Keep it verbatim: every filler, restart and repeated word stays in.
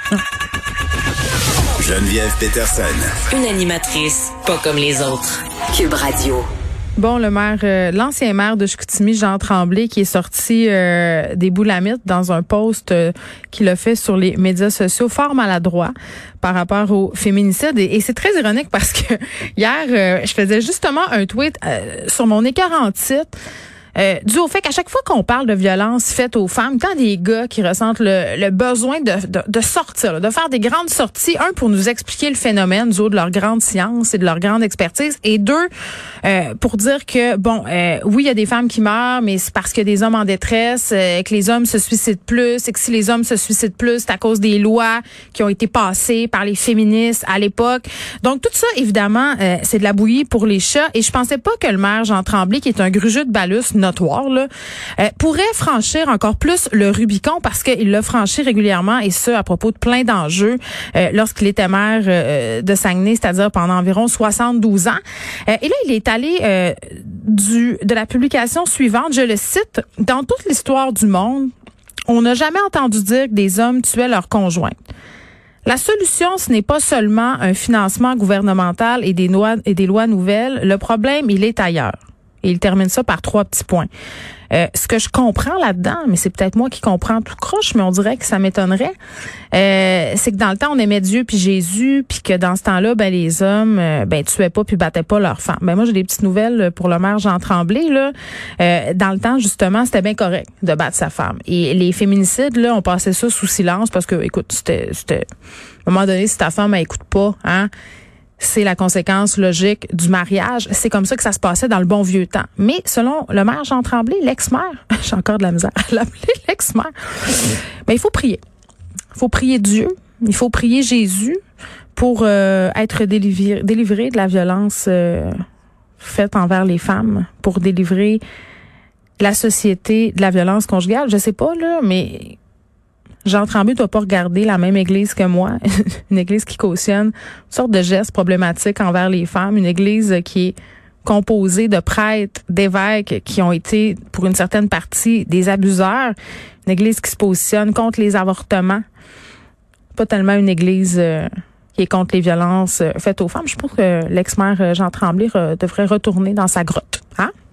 Geneviève Peterson. Une animatrice pas comme les autres. Cube Radio. Bon, le maire, euh, l'ancien maire de Chicoutimi, Jean Tremblay, qui est sorti euh, des boulamites dans un post euh, qu'il a fait sur les médias sociaux, fort maladroit par rapport au féminicide. Et, et c'est très ironique parce que hier, euh, je faisais justement un tweet euh, sur mon écart en titre. Euh, dû au fait qu'à chaque fois qu'on parle de violence faite aux femmes, quand des gars qui ressentent le, le besoin de, de, de sortir, là, de faire des grandes sorties, un, pour nous expliquer le phénomène du haut de leur grande science et de leur grande expertise, et deux, euh, pour dire que, bon, euh, oui, il y a des femmes qui meurent, mais c'est parce qu'il y a des hommes en détresse, euh, que les hommes se suicident plus, et que si les hommes se suicident plus, c'est à cause des lois qui ont été passées par les féministes à l'époque. Donc, tout ça, évidemment, euh, c'est de la bouillie pour les chats, et je pensais pas que le maire Jean Tremblay, qui est un grugeux de balus notoire, là, euh, pourrait franchir encore plus le Rubicon parce qu'il l'a franchi régulièrement, et ce, à propos de plein d'enjeux, euh, lorsqu'il était maire euh, de Saguenay, c'est-à-dire pendant environ soixante-douze ans. Euh, et là, il est allé euh, du de la publication suivante, je le cite, « Dans toute l'histoire du monde, on n'a jamais entendu dire que des hommes tuaient leurs conjointes. La solution, ce n'est pas seulement un financement gouvernemental et des lois, et des lois nouvelles. Le problème, il est ailleurs. » Et il termine ça par trois petits points. Euh, ce que je comprends là-dedans, mais c'est peut-être moi qui comprends tout croche, mais on dirait que ça m'étonnerait, euh, c'est que dans le temps, on aimait Dieu puis Jésus, puis que dans ce temps-là, ben les hommes, euh, ben tuaient pas puis battaient pas leurs femmes. Ben moi, j'ai des petites nouvelles pour le maire Jean Tremblay, là. Euh, dans le temps, justement, c'était bien correct de battre sa femme. Et les féminicides, là, on passait ça sous silence parce que, écoute, c'était, c'était, à un moment donné, si ta femme, elle écoute pas, hein, c'est la conséquence logique du mariage. C'est comme ça que ça se passait dans le bon vieux temps. Mais selon le maire Jean Tremblay, l'ex-maire, j'ai encore de la misère à l'appeler l'ex-maire, mais il faut prier. Il faut prier Dieu, il faut prier Jésus pour euh, être délivré, délivré de la violence euh, faite envers les femmes, pour délivrer la société de la violence conjugale. Je sais pas, là, mais Jean Tremblay ne doit pas regarder la même église que moi, une église qui cautionne toutes sortes de gestes problématiques envers les femmes, une église qui est composée de prêtres, d'évêques qui ont été, pour une certaine partie, des abuseurs, une église qui se positionne contre les avortements, pas tellement une église euh, qui est contre les violences euh, faites aux femmes. Je pense que l'ex-maire Jean Tremblay re- devrait retourner dans sa grotte. Hein?